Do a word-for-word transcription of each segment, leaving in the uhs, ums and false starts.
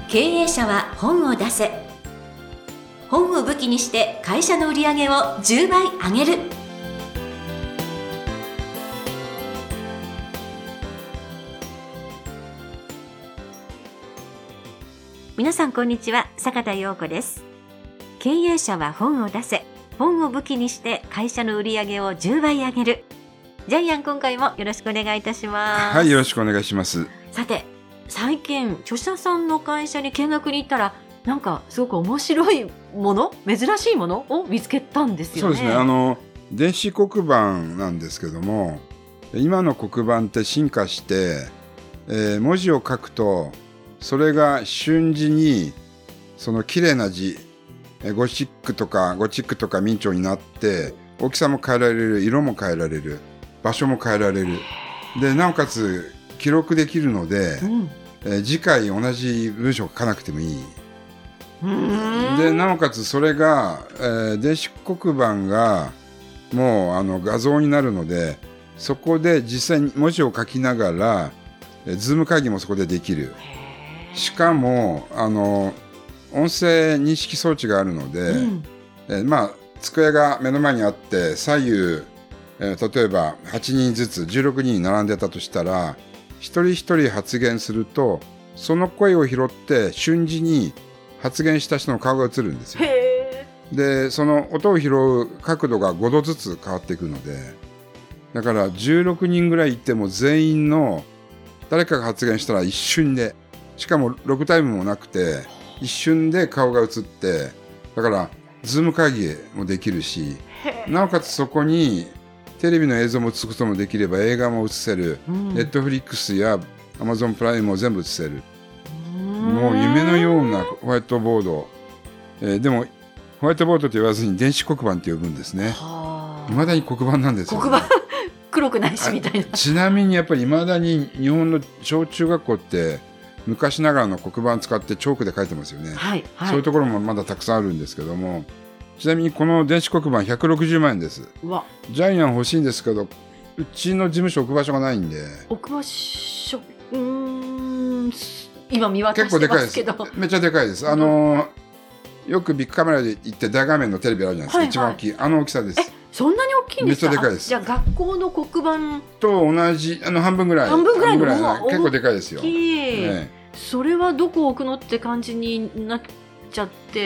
経営者は本を出せ。本を武器にして会社の売り上げをじゅうばい上げる。皆さんこんにちは、坂田陽子です。経営者は本を出せ。本を武器にして会社の売り上げをじゅうばい上げる。ジャイアン、今回もよろしくお願いいたします。 はい、よろしくお願いします。 さて、最近著者さんの会社に見学に行ったら、なんかすごく面白いもの、珍しいものを見つけたんですよね。 そうですね。あの電子黒板なんですけども、今の黒板って進化して、えー、文字を書くとそれが瞬時にその綺麗な字、ゴシックとかゴチックとか明朝になって、大きさも変えられる、色も変えられる、場所も変えられる。でなおかつ記録できるので、うんえー、次回同じ文章を書かなくてもいい。でなおかつそれが、えー、電子黒板がもうあの画像になるので、そこで実際に文字を書きながら、えー、ズーム会議もそこでできる。しかもあの音声認識装置があるので、うんえー、まあ机が目の前にあって左右、えー、例えばはちにんずつじゅうろくにん並んでたとしたら、一人一人発言するとその声を拾って瞬時に発言した人の顔が映るんですよ。へー。でその音を拾う角度がごどずつ変わっていくので、だからじゅうろくにんぐらいいても全員の誰かが発言したら一瞬で、しかもログタイムもなくて一瞬で顔が映って、だからズーム会議もできるし、なおかつそこにテレビの映像も映すこともできれば映画も映せる、うん、ネットフリックスやアマゾンプライムも全部映せる。もう夢のようなホワイトボード、えー、でもホワイトボードと言わずに電子黒板って呼ぶんですね。いまだに黒板なんですよ、ね、 黒板黒くないしみたいな。 ちなみにやっぱりいまだに日本の小中学校って昔ながらの黒板使ってチョークで書いてますよね、はいはい、そういうところもまだたくさんあるんですけども、ちなみにこの電子黒板ひゃくろくじゅうまんえんです。うわ、ジャイアン欲しいんですけど、うちの事務所置く場所がないんで。 置く場所、うーん、今見渡してますけど、 結構でかいです。めっちゃでかいです。あのー、よくビッグカメラで行って大画面のテレビあるじゃないですか、はいはい、一番大きいあの大きさです。 え、そんなに大きいんですか？ めっちゃでかいです。 じゃあ学校の黒板と同じ、あの半分ぐらい、 半分ぐらいのぐらい結構でかいですよ。 大きい、ね、それはどこ置くのって感じになっちゃって。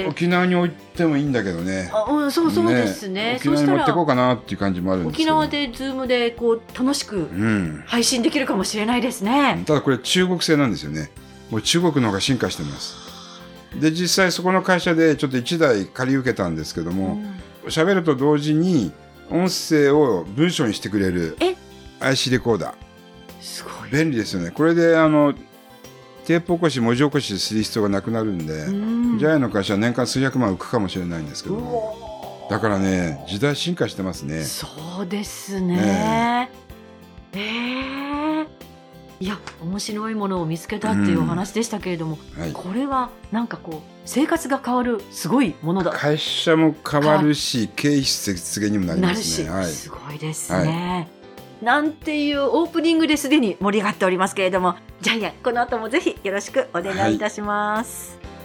沖縄に置いてもいいんだけどね。 あ、うん、そうそうですね。 ね、沖縄に持ってこうかなっていう感じもあるんですけど、 沖縄でズームでこう楽しく配信できるかもしれないですね、うん、 ただこれ中国製なんですよね。もう中国の方が進化してます。で実際そこの会社でちょっといちだい借り受けたんですけども、喋、うん、ると同時に音声を文章にしてくれる アイシー レコーダー、 すごい便利ですよね。これであのテープ起こし文字起こしする必要がなくなるんで、うん、ジャイアンの会社は年間数百万浮くかもしれないんですけども、だからね時代進化してますね。 そうですね、えーえー、いや面白いものを見つけたっていうお話でしたけれども、うんはい、これはなんかこう生活が変わるすごいものだ。 会社も変わるし経費節減にもなりますね。 なるし、はい、すごいですね、はい、なんていうオープニングですでに盛り上がっておりますけれども、ジャイアンこの後もぜひよろしくお願いいたします、はい、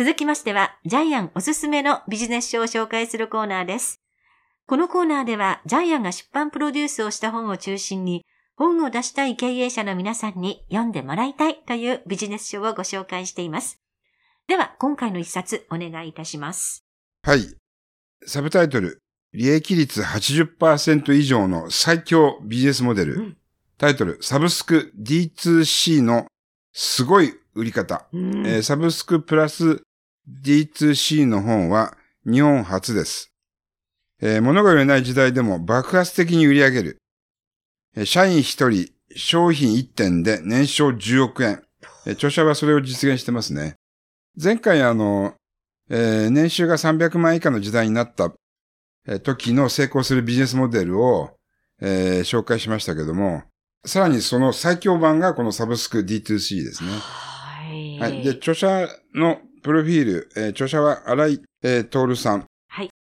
続きましてはジャイアンおすすめのビジネス書を紹介するコーナーです。このコーナーではジャイアンが出版プロデュースをした本を中心に、本を出したい経営者の皆さんに読んでもらいたいというビジネス書をご紹介しています。では今回の一冊お願いいたします。 はい、サブタイトル、利益率 はちじゅっパーセント 以上の最強ビジネスモデル、うん、タイトル、サブスク ディーツーシー のすごい売り方、うんえー、サブスクプラス ディーツーシー の本は日本初です。えー、物が売れない時代でも爆発的に売り上げる、えー、社員ひとり商品いってんで年商じゅうおくえん、えー、著者はそれを実現してますね。前回あの、えー、年収がさんびゃくまん以下の時代になった、えー、時の成功するビジネスモデルを、えー、紹介しましたけども、さらにその最強版がこのサブスク ディーツーシー ですね。はい。はい。で、著者のプロフィール、えー、著者は荒井、えー、徹さん。はい。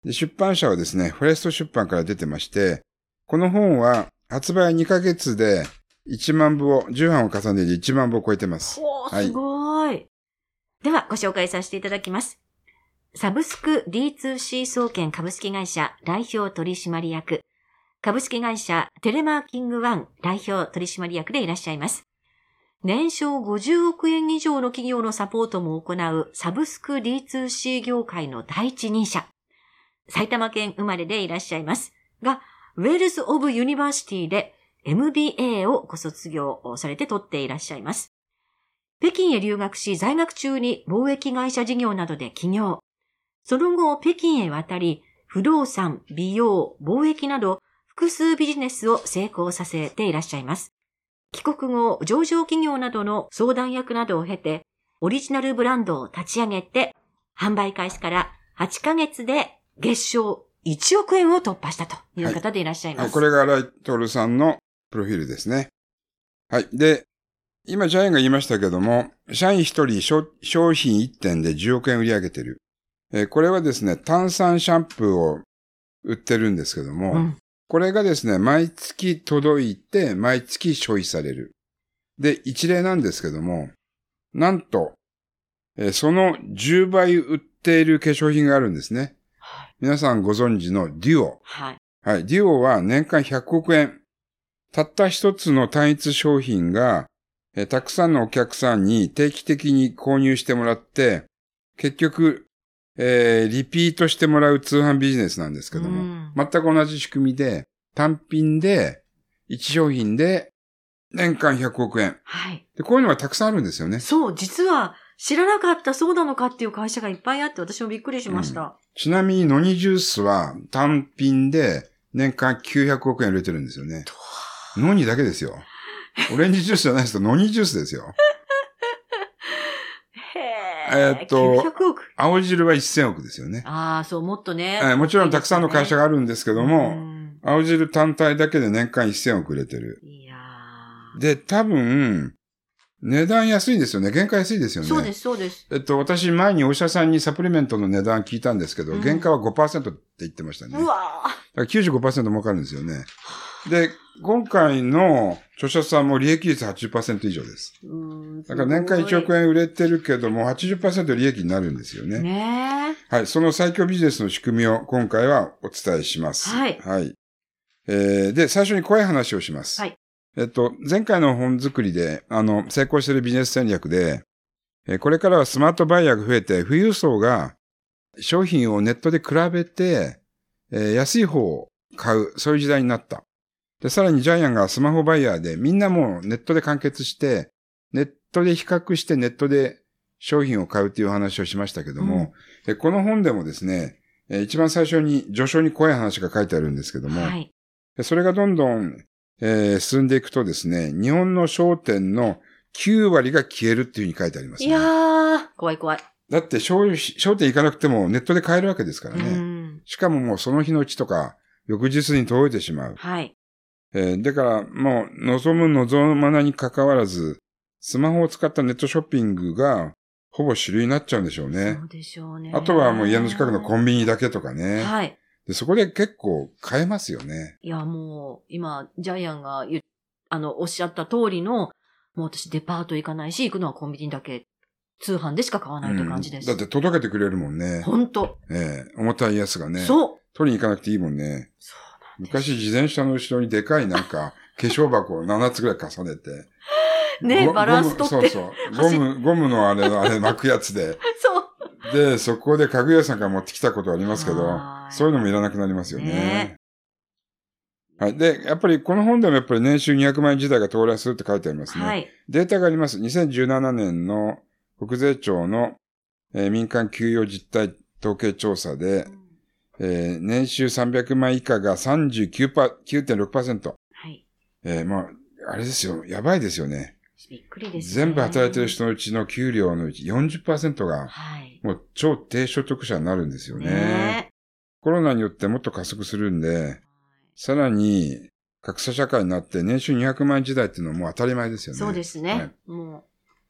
で出版社はですね、フォレスト出版から出てまして、この本は発売にかげつでいちまんぶを、じゅうばんを重ねていちまんぶを超えてます。 おー、すごい。はい、では、ご紹介させていただきます。サブスク ディーツーシー 総研株式会社代表取締役、株式会社テレマーキングワン代表取締役でいらっしゃいます。年商ごじゅうおくえん以上の企業のサポートも行うサブスク ディーツーシー 業界の第一人者。埼玉県生まれでいらっしゃいますが、ウェルズ・オブ・ユニバーシティで エムビーエー をご卒業されて取っていらっしゃいます。北京へ留学し、在学中に貿易会社事業などで起業。その後、北京へ渡り、不動産、美容、貿易など複数ビジネスを成功させていらっしゃいます。帰国後、上場企業などの相談役などを経て、オリジナルブランドを立ち上げて、販売開始からはちかげつで月商いちおくえんを突破したという方でいらっしゃいます。 はい、これが新井徹さんのプロフィールですね。はい。で、今ジャイアンが言いましたけども、社員ひとり商品いってんでじゅうおくえん売り上げてる。えー、これはですね、炭酸シャンプーを売ってるんですけども、うん、これがですね、毎月届いて、毎月消費される。で、一例なんですけども、なんと、えー、そのじゅうばい売っている化粧品があるんですね。はい、皆さんご存知のデュオ。はい。はい。デュオは年間ひゃくおくえん。たった一つの単一商品が、えー、たくさんのお客さんに定期的に購入してもらって、結局、えー、リピートしてもらう通販ビジネスなんですけども、全く同じ仕組みで、単品で、いち商品で、年間ひゃくおくえん。はい。で、こういうのがたくさんあるんですよね。 そう、実は知らなかったそうなのかっていう会社がいっぱいあって私もびっくりしました。うん、 ちなみにノニジュースは単品で年間きゅうひゃくおくえん売れてるんですよね。ノニだけですよ。オレンジジュースじゃないですとノニジュースですよ。 へー。えっと、きゅうひゃくおく。 青汁はせんおくですよね。 ああ、そう、もっとね。 えー、もちろんたくさんの会社があるんですけども、青汁単体だけで年間せんおく売れてる。いやー。で、多分、値段安いんですよね。原価安いですよね。 そうです、そうです。 えっと、私前にお医者さんにサプリメントの値段聞いたんですけど、うん、原価は ごパーセント って言ってましたね。うわー。だから きゅうじゅうごパーセント 儲かるんですよね。で、今回の著者さんも利益率 はちじゅっパーセント 以上です。うんだから年間いちおくえん売れてるけども はちじゅっパーセント 利益になるんですよね。ねえ。はい。その最強ビジネスの仕組みを今回はお伝えします。はい。はい。えー、で、最初に怖い話をします。はい。えっと、前回の本作りで、あの、成功しているビジネス戦略で、えー、これからはスマートバイヤーが増えて、富裕層が商品をネットで比べて、えー、安い方を買う、そういう時代になった。で、さらにジャイアンがスマホバイヤーで、みんなもうネットで完結して、ネットで比較してネットで商品を買うっていう話をしましたけども、うん、この本でもですね、一番最初に序章に怖い話が書いてあるんですけども、はい、それがどんどん、えー、進んでいくとですね、日本の商店のきゅうわりが消えるっていうふうに書いてありますね。 いやー、怖い怖い。 だって商、商店行かなくてもネットで買えるわけですからね。うん、しかももうその日のうちとか、翌日に届いてしまう。はい。えー、だから、もう、望む望まないに関わらず、スマホを使ったネットショッピングが、ほぼ主流になっちゃうんでしょうね。 そうでしょうね。 あとはもう家の近くのコンビニだけとかね。はい。で、そこで結構買えますよね。 いや、もう、今、ジャイアンが言、あの、おっしゃった通りの、もう私デパート行かないし、行くのはコンビニだけ、通販でしか買わないという感じです。 うん、だって届けてくれるもんね。 ほんと。 ええー、重たいやつがね。 そう。 取りに行かなくていいもんね。そう昔自転車の後ろにでかいなんか化粧箱をななつぐらい重ねて。 ねバランス取って。 そうそう。ゴム、ゴムのあれ、あれ巻くやつで。 そう。 で、そこで家具屋さんから持ってきたことありますけど、そういうのもいらなくなりますよね。ねはい。で、やっぱりこの本でもやっぱり年収にひゃくまんえん時代が到来するって書いてありますね。はい。データがあります。にせんじゅうななねんの国税庁の、えー、民間給与実態統計調査で、うんえー、年収さんびゃくまん以下が さんじゅうきゅうてんろくパーセント。はい。えー、まあ、あれですよ。やばいですよね。 びっくりですね。 全部働いてる人のうちの給料のうち よんじゅっパーセント が、はい。もう超低所得者になるんですよね。ねコロナによってもっと加速するんで、はい、さらに格差社会になって年収にひゃくまんえん時代っていうのはもう当たり前ですよね。 そうですね。はい、もう。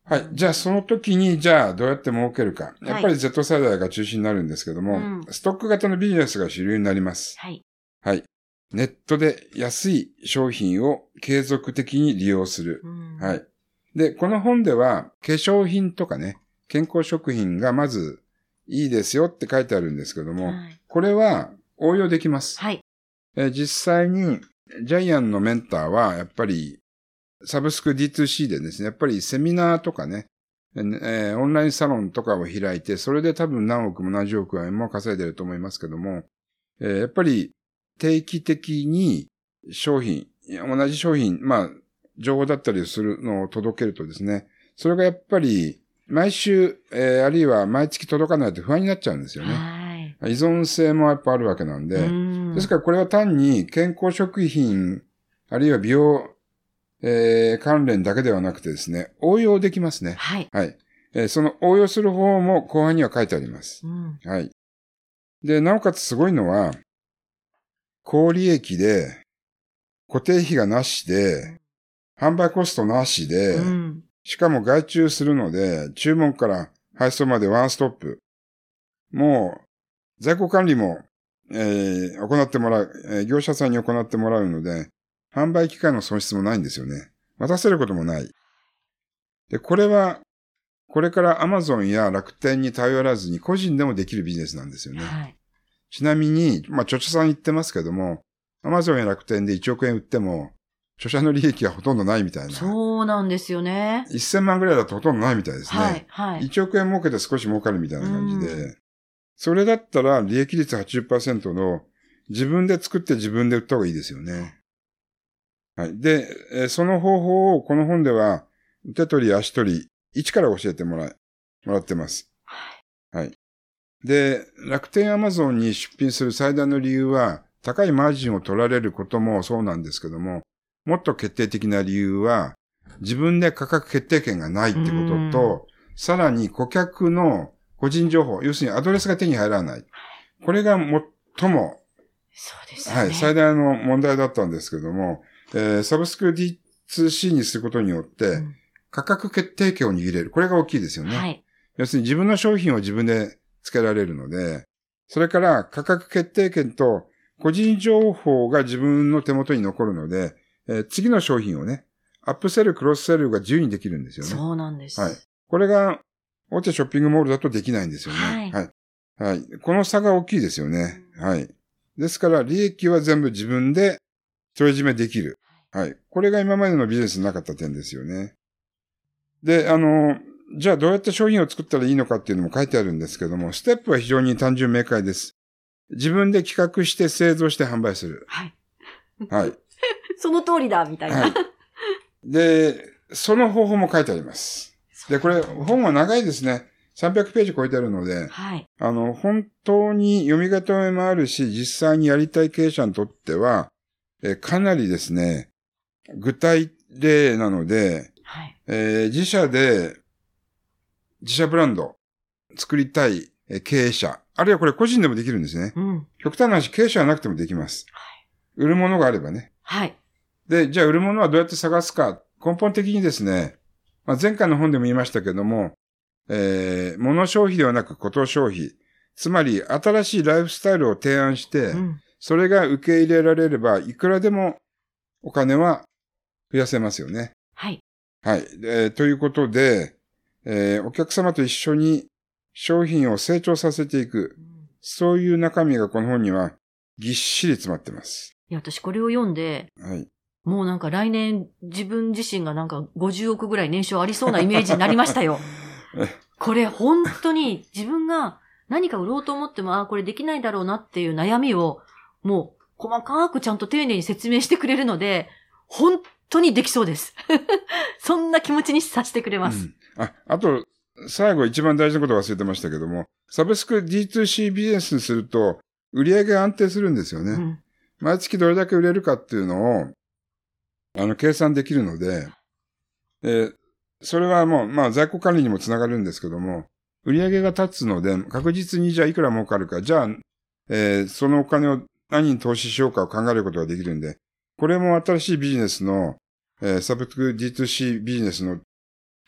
はい。じゃあその時に、じゃあどうやって儲けるか。やっぱり Z 世代が中心になるんですけども、うん、ストック型のビジネスが主流になります。 はい。 はい。ネットで安い商品を継続的に利用する。うん、はい。で、この本では化粧品とかね、健康食品がまずいいですよって書いてあるんですけども、はい、これは応用できます。 はい。 え実際にジャイアンのメンターはやっぱりサブスク ディーツーシー でですね、やっぱりセミナーとかね、えー、オンラインサロンとかを開いて、それで多分何億も何十億円も稼いでると思いますけども、えー、やっぱり定期的に商品、同じ商品、まあ、情報だったりするのを届けるとですね、それがやっぱり毎週、えー、あるいは毎月届かないと不安になっちゃうんですよね。 はい。 依存性もやっぱあるわけなんで、んですからこれは単に健康食品、あるいは美容、えー、関連だけではなくてですね、応用できますね。 はい。 はい。えー、その応用する方も後半には書いてあります。 うん、 はい。で、なおかつすごいのは、高利益で、固定費がなしで、販売コストなしで、うん、しかも外注するので、注文から配送までワンストップ。もう、在庫管理も、えー、行ってもらう、えー、業者さんに行ってもらうので、販売機会の損失もないんですよね。待たせることもない。で、これは、これから Amazon や楽天に頼らずに個人でもできるビジネスなんですよね。 はい、 ちなみに、まあ、著者さん言ってますけども、Amazon や楽天でいちおくえん売っても、著者の利益はほとんどないみたいな。 そうなんですよね。 せんまんぐらいだとほとんどないみたいですね。 はい、はい。 いちおくえん儲けて少し儲かるみたいな感じで。それだったら利益率 はちじゅっパーセント の自分で作って自分で売った方がいいですよね。はい。で、その方法をこの本では手取り足取り一から教えてもらい、もらってます。はい。で、楽天アマゾンに出品する最大の理由は高いマージンを取られることもそうなんですけども、もっと決定的な理由は自分で価格決定権がないってことと、さらに顧客の個人情報、要するにアドレスが手に入らない。これが最も、 そうですね。 はい、最大の問題だったんですけども、えー、サブスク ディーツーシー にすることによって、うん、価格決定権を握れる。これが大きいですよね。 はい。 要するに自分の商品を自分で付けられるので、それから価格決定権と個人情報が自分の手元に残るので、えー、次の商品をね、アップセル、クロスセルが自由にできるんですよね。 そうなんです。 はい。これが大手ショッピングモールだとできないんですよね。はい。はい。はい。この差が大きいですよね。はい。ですから、利益は全部自分で独り占めできる。はい。これが今までのビジネスになかった点ですよね。で、あの、じゃあどうやって商品を作ったらいいのかっていうのも書いてあるんですけども、ステップは非常に単純明快です。自分で企画して製造して販売する。 はい。 はい。 その通りだ、みたいな。はい。 で、その方法も書いてあります。で、これ、本は長いですね。さんびゃくページ超えてあるので、 はい。 あの、本当に読み方もあるし、実際にやりたい経営者にとっては、えかなりですね、具体例なので、 はい。 えー、自社で、自社ブランド作りたい経営者、あるいはこれ個人でもできるんですね。 うん。 極端な話、経営者はなくてもできます。 はい。 売るものがあればね。 はい。 で、じゃあ売るものはどうやって探すか。根本的にですね、まあ、前回の本でも言いましたけども、えー、物消費ではなくこと消費。つまり、新しいライフスタイルを提案して、うん、それが受け入れられれば、いくらでもお金は増やせますよね。 はい。 はい。えー、ということで、えー、お客様と一緒に商品を成長させていく。うん、そういう中身がこの本にはぎっしり詰まってます。 いや、私これを読んで、 はい。 もうなんか来年自分自身がなんかごじゅうおくぐらい年収ありそうなイメージになりましたよ。これ本当に自分が何か売ろうと思っても、ああ、これできないだろうなっていう悩みをもう細かくちゃんと丁寧に説明してくれるので、本当にできそうです。そんな気持ちにさせてくれます。 うん、あ、あと、最後一番大事なこと忘れてましたけども、サブスク ディーツーシー ビジネスにすると売り上げが安定するんですよね。うん、毎月どれだけ売れるかっていうのをあの計算できるので、えーそれはもう、まあ在庫管理にもつながるんですけども、売り上げが立つので、確実にじゃあいくら儲かるか、じゃあ、えー、そのお金を何に投資しようかを考えることができるんで、これも新しいビジネスの、えー、サブスク ディーツーシー ビジネスの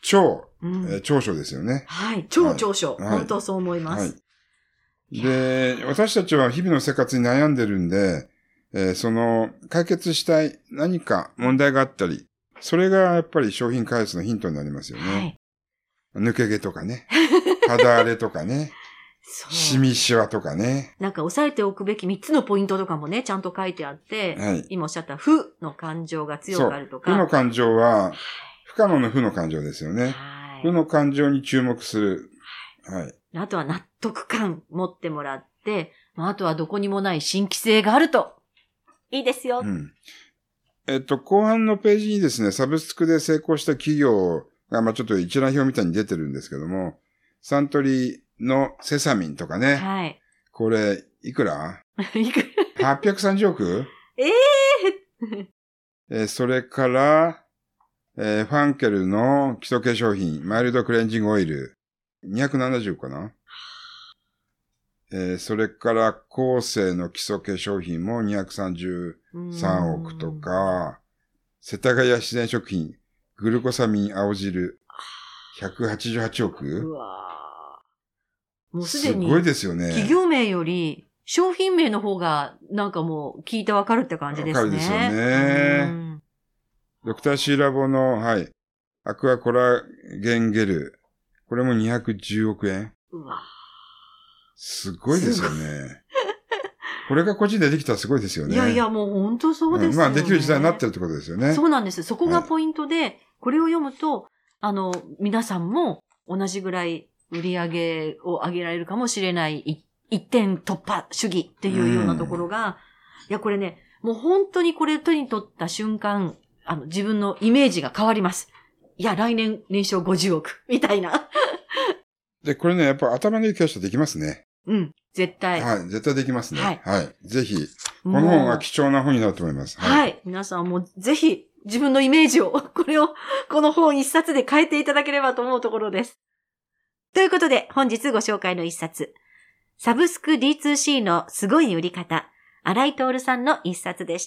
超、 うんえー長所ですよね。 はい。超長所。 はい本当そう思います。 はい。で、私たちは日々の生活に悩んでるんで、えーその解決したい何か問題があったり、それがやっぱり商品開発のヒントになりますよね。 はい。 抜け毛とかね、肌荒れとかね、 そうシミシワとかね。 なんか押さえておくべきみっつのポイントとかもね、ちゃんと書いてあって、 はい。 今おっしゃった負の感情が強くあるとか。 負の感情は、不可能の負の感情ですよね。 はい。 負の感情に注目する。はい。 あとは納得感持ってもらって、あとはどこにもない新規性があると、いいですよ。 うん。えっと、後半のページにですね、サブスクで成功した企業が、まあちょっと一覧表みたいに出てるんですけども、サントリーのセサミンとかね。 はい。 これ、いくらいくら ?はっぴゃくさんじゅうおくええーえーそれから、えーファンケルの基礎化粧品、マイルドクレンジングオイル、にひゃくななじゅうかな、えーそれから、コーセーの基礎化粧品もにひゃくさんじゅうさんおくとか、世田谷自然食品、グルコサミン青汁、ひゃくはちじゅうはちおくうわーもうすでに、 すごいですよね。 企業名より、商品名の方が、なんかもう、聞いてわかるって感じですね。 わかるですよねうんドクターシーラボの、はい、アクアコラゲンゲル、これもにひゃくじゅうおくえん。 うわすごいですよね。これが個人でできたらすごいですよね。 いやいや、もう本当そうですよね。 うんまあ、できる時代になってるってことですよね。 そうなんです。そこがポイントで、はい、これを読むと、あの、皆さんも同じぐらい売り上げを上げられるかもしれない一点突破主義っていうようなところが、いや、これね、もう本当にこれ手に取った瞬間、あの、自分のイメージが変わります。いや、来年年商ごじゅうおく、みたいな。 で、これね、やっぱ頭のいい会社できますね。 うん、絶対。 はい、絶対できますね。 はい。 はい。ぜひ、この本は貴重な本になると思います。 はい。はい、皆さんもぜひ、自分のイメージを、これを、この本一冊で変えていただければと思うところです。ということで、本日ご紹介の一冊。サブスク ディーツーシー のすごい売り方。新井徹さんの一冊でした。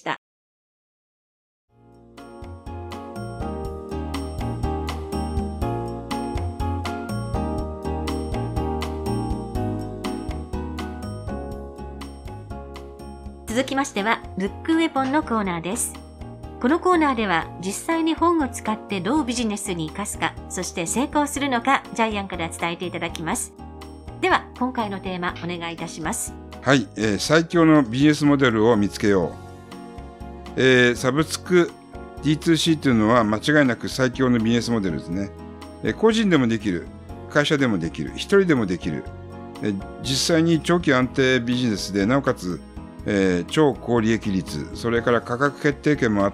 続きましては、ブックウェポンのコーナーです。このコーナーでは、実際に本を使ってどうビジネスに生かすか、そして成功するのか、ジャイアンから伝えていただきます。では、今回のテーマ、お願いいたします。 はい、えー、最強のビジネスモデルを見つけよう。えー、サブスク ディーツーシー というのは間違いなく最強のビジネスモデルですね。えー、個人でもできる、会社でもできる、一人でもできる。えー、実際に長期安定ビジネスで、なおかつえー、超高利益率、それから価格決定権もあって、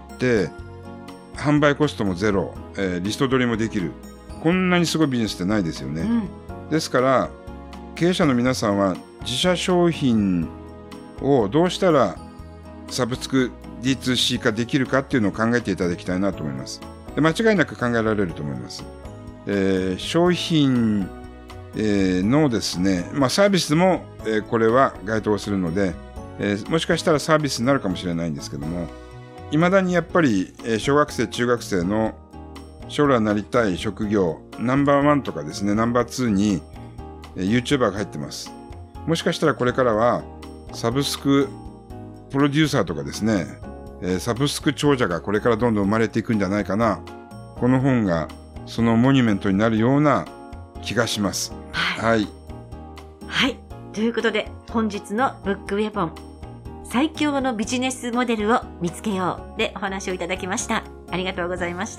販売コストもゼロ、えー、リスト取りもできる。こんなにすごいビジネスってないですよね。うん、ですから、経営者の皆さんは自社商品をどうしたらサブスク ディーツーシー 化できるかっていうのを考えていただきたいなと思います。で、間違いなく考えられると思います。えー、商品、えー、のですね、まあサービスも、えー、これは該当するので、えー、もしかしたらサービスになるかもしれないんですけども、未だにやっぱり、えー、小学生、中学生の将来なりたい職業、ナンバーワンとかですね、ナンバーツーに、えー、YouTuber が入ってます。もしかしたらこれからは、サブスクプロデューサーとかですね、えー、サブスク長者がこれからどんどん生まれていくんじゃないかな。この本がそのモニュメントになるような気がします。はい。 はい。ということで、本日のブックウェポン、最強のビジネスモデルを見つけようでお話をいただきました。ありがとうございました。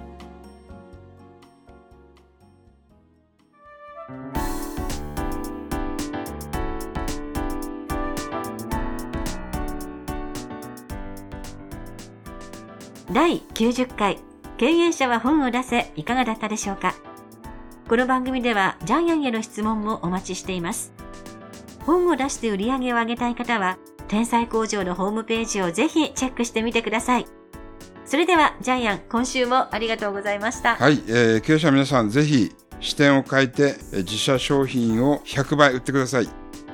だいきゅうじゅっかい、経営者は本を出せ、いかがだったでしょうか。この番組ではジャイアンへの質問もお待ちしています。本を出して売り上げを上げたい方は、天才工場のホームページをぜひチェックしてみてください。それではジャイアン、今週もありがとうございました。 はい、えー、経営者の皆さんぜひ視点を変えて、えー、自社商品をひゃくばい売ってください。